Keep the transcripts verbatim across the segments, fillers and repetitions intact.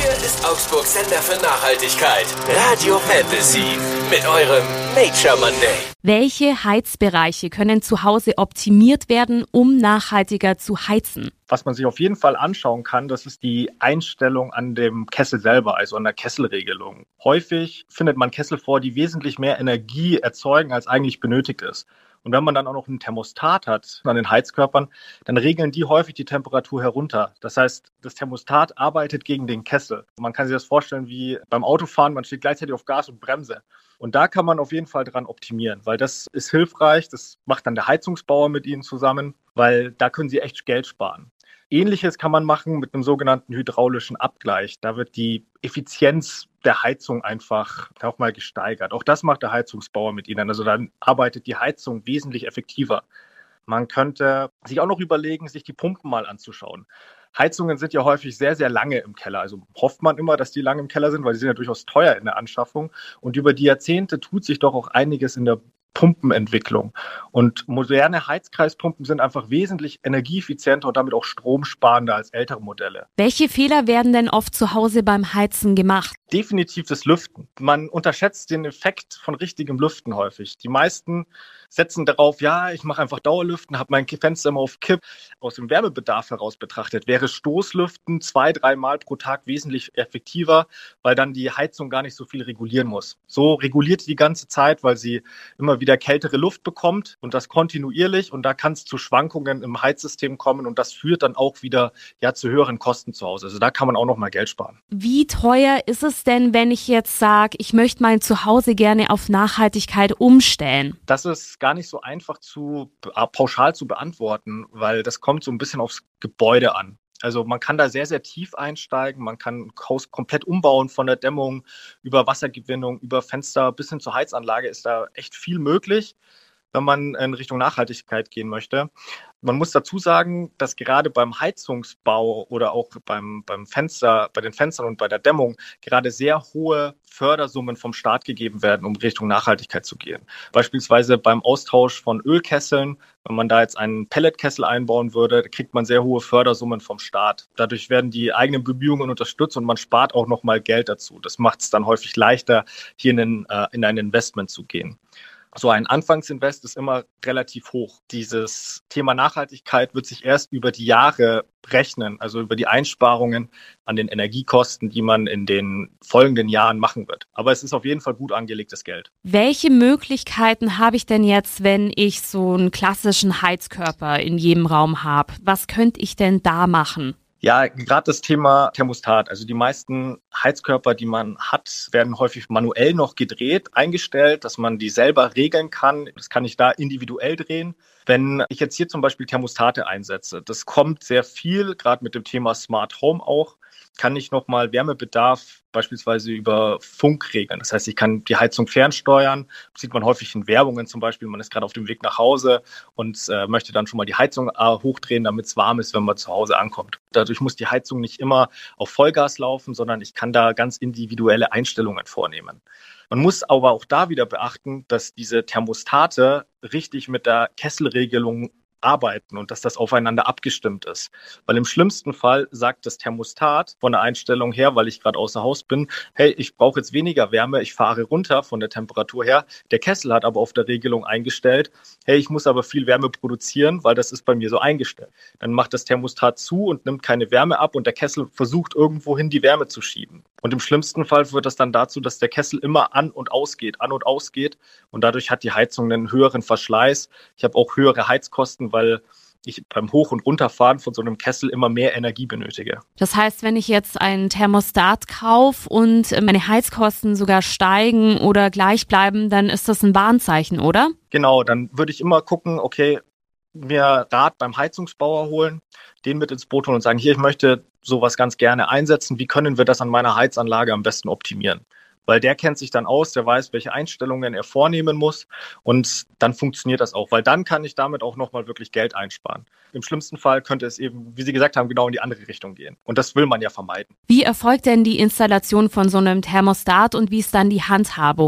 Hier ist Augsburgs Sender für Nachhaltigkeit. Radio Fantasy mit eurem Nature Monday. Welche Heizbereiche können zu Hause optimiert werden, um nachhaltiger zu heizen? Was man sich auf jeden Fall anschauen kann, das ist die Einstellung an dem Kessel selber, also an der Kesselregelung. Häufig findet man Kessel vor, die wesentlich mehr Energie erzeugen, als eigentlich benötigt ist. Und wenn man dann auch noch einen Thermostat hat an den Heizkörpern, dann regeln die häufig die Temperatur herunter. Das heißt, das Thermostat arbeitet gegen den Kessel. Man kann sich das vorstellen wie beim Autofahren, man steht gleichzeitig auf Gas und Bremse. Und da kann man auf jeden Fall dran optimieren, weil das ist hilfreich. Das macht dann der Heizungsbauer mit Ihnen zusammen, weil da können Sie echt Geld sparen. Ähnliches kann man machen mit einem sogenannten hydraulischen Abgleich. Da wird die Effizienz der Heizung einfach auch mal gesteigert. Auch das macht der Heizungsbauer mit Ihnen. Also dann arbeitet die Heizung wesentlich effektiver. Man könnte sich auch noch überlegen, sich die Pumpen mal anzuschauen. Heizungen sind ja häufig sehr, sehr lange im Keller. Also hofft man immer, dass die lange im Keller sind, weil sie sind ja durchaus teuer in der Anschaffung. Und über die Jahrzehnte tut sich doch auch einiges in der Pumpenentwicklung. Und moderne Heizkreispumpen sind einfach wesentlich energieeffizienter und damit auch stromsparender als ältere Modelle. Welche Fehler werden denn oft zu Hause beim Heizen gemacht? Definitiv das Lüften. Man unterschätzt den Effekt von richtigem Lüften häufig. Die meisten setzen darauf, ja, ich mache einfach Dauerlüften, habe mein Fenster immer auf Kipp. Aus dem Wärmebedarf heraus betrachtet wäre Stoßlüften zwei, dreimal pro Tag wesentlich effektiver, weil dann die Heizung gar nicht so viel regulieren muss. So reguliert die die ganze Zeit, weil sie immer wieder kältere Luft bekommt und das kontinuierlich, und da kann es zu Schwankungen im Heizsystem kommen und das führt dann auch wieder ja zu höheren Kosten zu Hause. Also da kann man auch noch mal Geld sparen. Wie teuer ist es denn, wenn ich jetzt sage, ich möchte mein Zuhause gerne auf Nachhaltigkeit umstellen? Das ist gar nicht so einfach zu pauschal zu beantworten, weil das kommt so ein bisschen aufs Gebäude an. Also man kann da sehr, sehr tief einsteigen. Man kann ein Haus komplett umbauen, von der Dämmung über Wassergewinnung, über Fenster bis hin zur Heizanlage ist da echt viel möglich, wenn man in Richtung Nachhaltigkeit gehen möchte. Man muss dazu sagen, dass gerade beim Heizungsbau oder auch beim, beim Fenster, bei den Fenstern und bei der Dämmung gerade sehr hohe Fördersummen vom Staat gegeben werden, um Richtung Nachhaltigkeit zu gehen. Beispielsweise beim Austausch von Ölkesseln, wenn man da jetzt einen Pelletkessel einbauen würde, kriegt man sehr hohe Fördersummen vom Staat. Dadurch werden die eigenen Bemühungen unterstützt und man spart auch nochmal Geld dazu. Das macht es dann häufig leichter, hier in, den, äh, in ein Investment zu gehen. So ein Anfangsinvest ist immer relativ hoch. Dieses Thema Nachhaltigkeit wird sich erst über die Jahre rechnen, also über die Einsparungen an den Energiekosten, die man in den folgenden Jahren machen wird. Aber es ist auf jeden Fall gut angelegtes Geld. Welche Möglichkeiten habe ich denn jetzt, wenn ich so einen klassischen Heizkörper in jedem Raum habe? Was könnte ich denn da machen? Ja, gerade das Thema Thermostat. Also die meisten Heizkörper, die man hat, werden häufig manuell noch gedreht, eingestellt, dass man die selber regeln kann. Das kann ich da individuell drehen. Wenn ich jetzt hier zum Beispiel Thermostate einsetze, das kommt sehr viel, gerade mit dem Thema Smart Home auch, kann ich nochmal Wärmebedarf beispielsweise über Funk regeln. Das heißt, ich kann die Heizung fernsteuern. Das sieht man häufig in Werbungen zum Beispiel. Man ist gerade auf dem Weg nach Hause und äh, möchte dann schon mal die Heizung äh, hochdrehen, damit es warm ist, wenn man zu Hause ankommt. Dadurch muss die Heizung nicht immer auf Vollgas laufen, sondern ich kann da ganz individuelle Einstellungen vornehmen. Man muss aber auch da wieder beachten, dass diese Thermostate richtig mit der Kesselregelung arbeiten und dass das aufeinander abgestimmt ist. Weil im schlimmsten Fall sagt das Thermostat von der Einstellung her, weil ich gerade außer Haus bin, hey, ich brauche jetzt weniger Wärme, ich fahre runter von der Temperatur her. Der Kessel hat aber auf der Regelung eingestellt, hey, ich muss aber viel Wärme produzieren, weil das ist bei mir so eingestellt. Dann macht das Thermostat zu und nimmt keine Wärme ab und der Kessel versucht irgendwohin die Wärme zu schieben. Und im schlimmsten Fall führt das dann dazu, dass der Kessel immer an und ausgeht, an und ausgeht und dadurch hat die Heizung einen höheren Verschleiß. Ich habe auch höhere Heizkosten, weil ich beim Hoch- und Runterfahren von so einem Kessel immer mehr Energie benötige. Das heißt, wenn ich jetzt einen Thermostat kaufe und meine Heizkosten sogar steigen oder gleich bleiben, dann ist das ein Warnzeichen, oder? Genau, dann würde ich immer gucken, okay, mir Rat beim Heizungsbauer holen, den mit ins Boot holen und sagen, hier, ich möchte sowas ganz gerne einsetzen. Wie können wir das an meiner Heizanlage am besten optimieren? Weil der kennt sich dann aus, der weiß, welche Einstellungen er vornehmen muss und dann funktioniert das auch, weil dann kann ich damit auch nochmal wirklich Geld einsparen. Im schlimmsten Fall könnte es eben, wie Sie gesagt haben, genau in die andere Richtung gehen und das will man ja vermeiden. Wie erfolgt denn die Installation von so einem Thermostat und wie ist dann die Handhabung?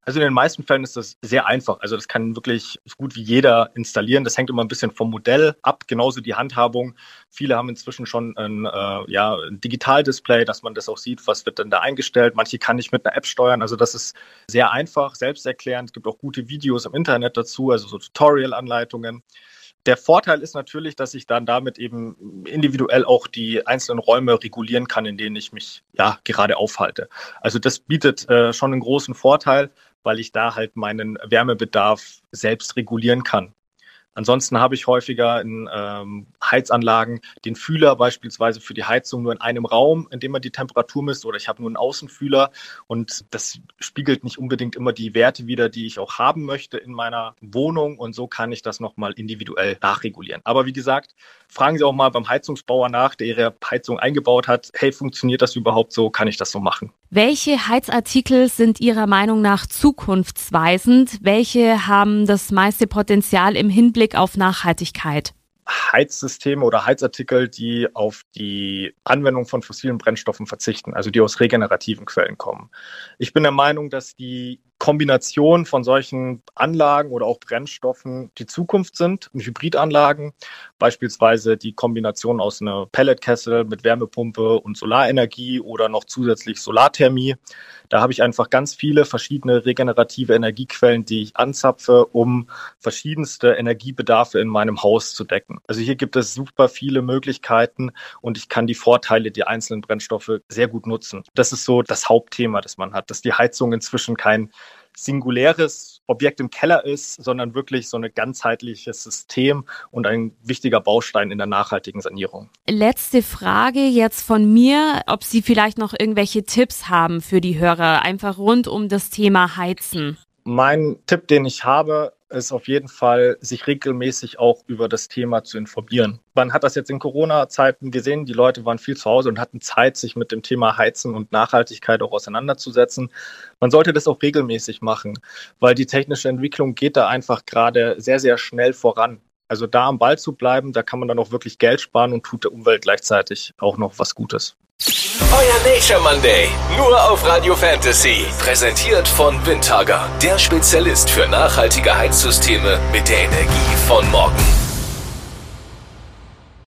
Also in den meisten Fällen ist das sehr einfach. Also das kann wirklich so gut wie jeder installieren. Das hängt immer ein bisschen vom Modell ab, genauso die Handhabung. Viele haben inzwischen schon ein, äh, ja, ein Digitaldisplay, dass man das auch sieht, was wird denn da eingestellt. Manche kann ich mit einer App steuern. Also das ist sehr einfach, selbsterklärend. Es gibt auch gute Videos im Internet dazu, also so Tutorial-Anleitungen. Der Vorteil ist natürlich, dass ich dann damit eben individuell auch die einzelnen Räume regulieren kann, in denen ich mich ja gerade aufhalte. Also das bietet äh, schon einen großen Vorteil, weil ich da halt meinen Wärmebedarf selbst regulieren kann. Ansonsten habe ich häufiger in ähm, Heizanlagen den Fühler beispielsweise für die Heizung nur in einem Raum, in dem man die Temperatur misst, oder ich habe nur einen Außenfühler und das spiegelt nicht unbedingt immer die Werte wider, die ich auch haben möchte in meiner Wohnung, und so kann ich das nochmal individuell nachregulieren. Aber wie gesagt, fragen Sie auch mal beim Heizungsbauer nach, der Ihre Heizung eingebaut hat, hey, funktioniert das überhaupt so, kann ich das so machen? Welche Heizartikel sind Ihrer Meinung nach zukunftsweisend? Welche haben das meiste Potenzial im Hinblick auf Nachhaltigkeit? Heizsysteme oder Heizartikel, die auf die Anwendung von fossilen Brennstoffen verzichten, also die aus regenerativen Quellen kommen. Ich bin der Meinung, dass die Kombination von solchen Anlagen oder auch Brennstoffen die Zukunft sind. Hybridanlagen, beispielsweise die Kombination aus einer Pelletkessel mit Wärmepumpe und Solarenergie oder noch zusätzlich Solarthermie. Da habe ich einfach ganz viele verschiedene regenerative Energiequellen, die ich anzapfe, um verschiedenste Energiebedarfe in meinem Haus zu decken. Also hier gibt es super viele Möglichkeiten und ich kann die Vorteile der einzelnen Brennstoffe sehr gut nutzen. Das ist so das Hauptthema, das man hat, dass die Heizung inzwischen kein singuläres Objekt im Keller ist, sondern wirklich so ein ganzheitliches System und ein wichtiger Baustein in der nachhaltigen Sanierung. Letzte Frage jetzt von mir, ob Sie vielleicht noch irgendwelche Tipps haben für die Hörer, einfach rund um das Thema Heizen. Mein Tipp, den ich habe, ist auf jeden Fall, sich regelmäßig auch über das Thema zu informieren. Man hat das jetzt in Corona-Zeiten gesehen, die Leute waren viel zu Hause und hatten Zeit, sich mit dem Thema Heizen und Nachhaltigkeit auch auseinanderzusetzen. Man sollte das auch regelmäßig machen, weil die technische Entwicklung geht da einfach gerade sehr, sehr schnell voran. Also da am Ball zu bleiben, da kann man dann auch wirklich Geld sparen und tut der Umwelt gleichzeitig auch noch was Gutes. Euer Nature Monday, nur auf Radio Fantasy. Präsentiert von Windhager, der Spezialist für nachhaltige Heizsysteme mit der Energie von morgen.